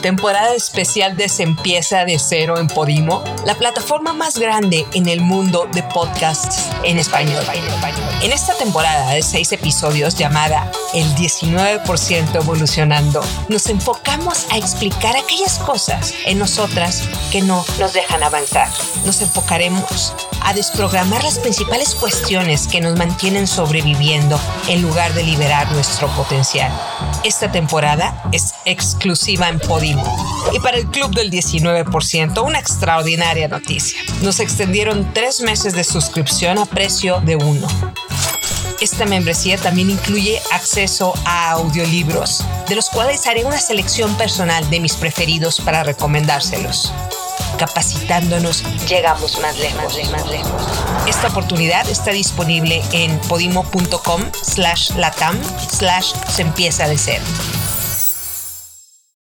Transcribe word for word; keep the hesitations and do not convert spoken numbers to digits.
temporada especial de Se Empieza de Cero en Podimo, la plataforma más grande en el mundo de podcasts en español. En esta temporada de seis episodios llamada El diecinueve por ciento Evolucionando, nos enfocamos a explicar aquellas cosas en nosotras que no nos dejan avanzar. Nos enfocaremos a desprogramar las principales cuestiones que nos mantienen sobreviviendo en lugar de liberar nuestro potencial. Esta temporada es exclusiva en Podimo. Y para el Club del diecinueve por ciento, una extraordinaria noticia. Nos extendieron tres meses de suscripción a precio de uno. Esta membresía también incluye acceso a audiolibros, de los cuales haré una selección personal de mis preferidos para recomendárselos. Capacitándonos, llegamos más lejos, más lejos. Esta oportunidad está disponible en podimo.com slash latam slash se empieza de cero.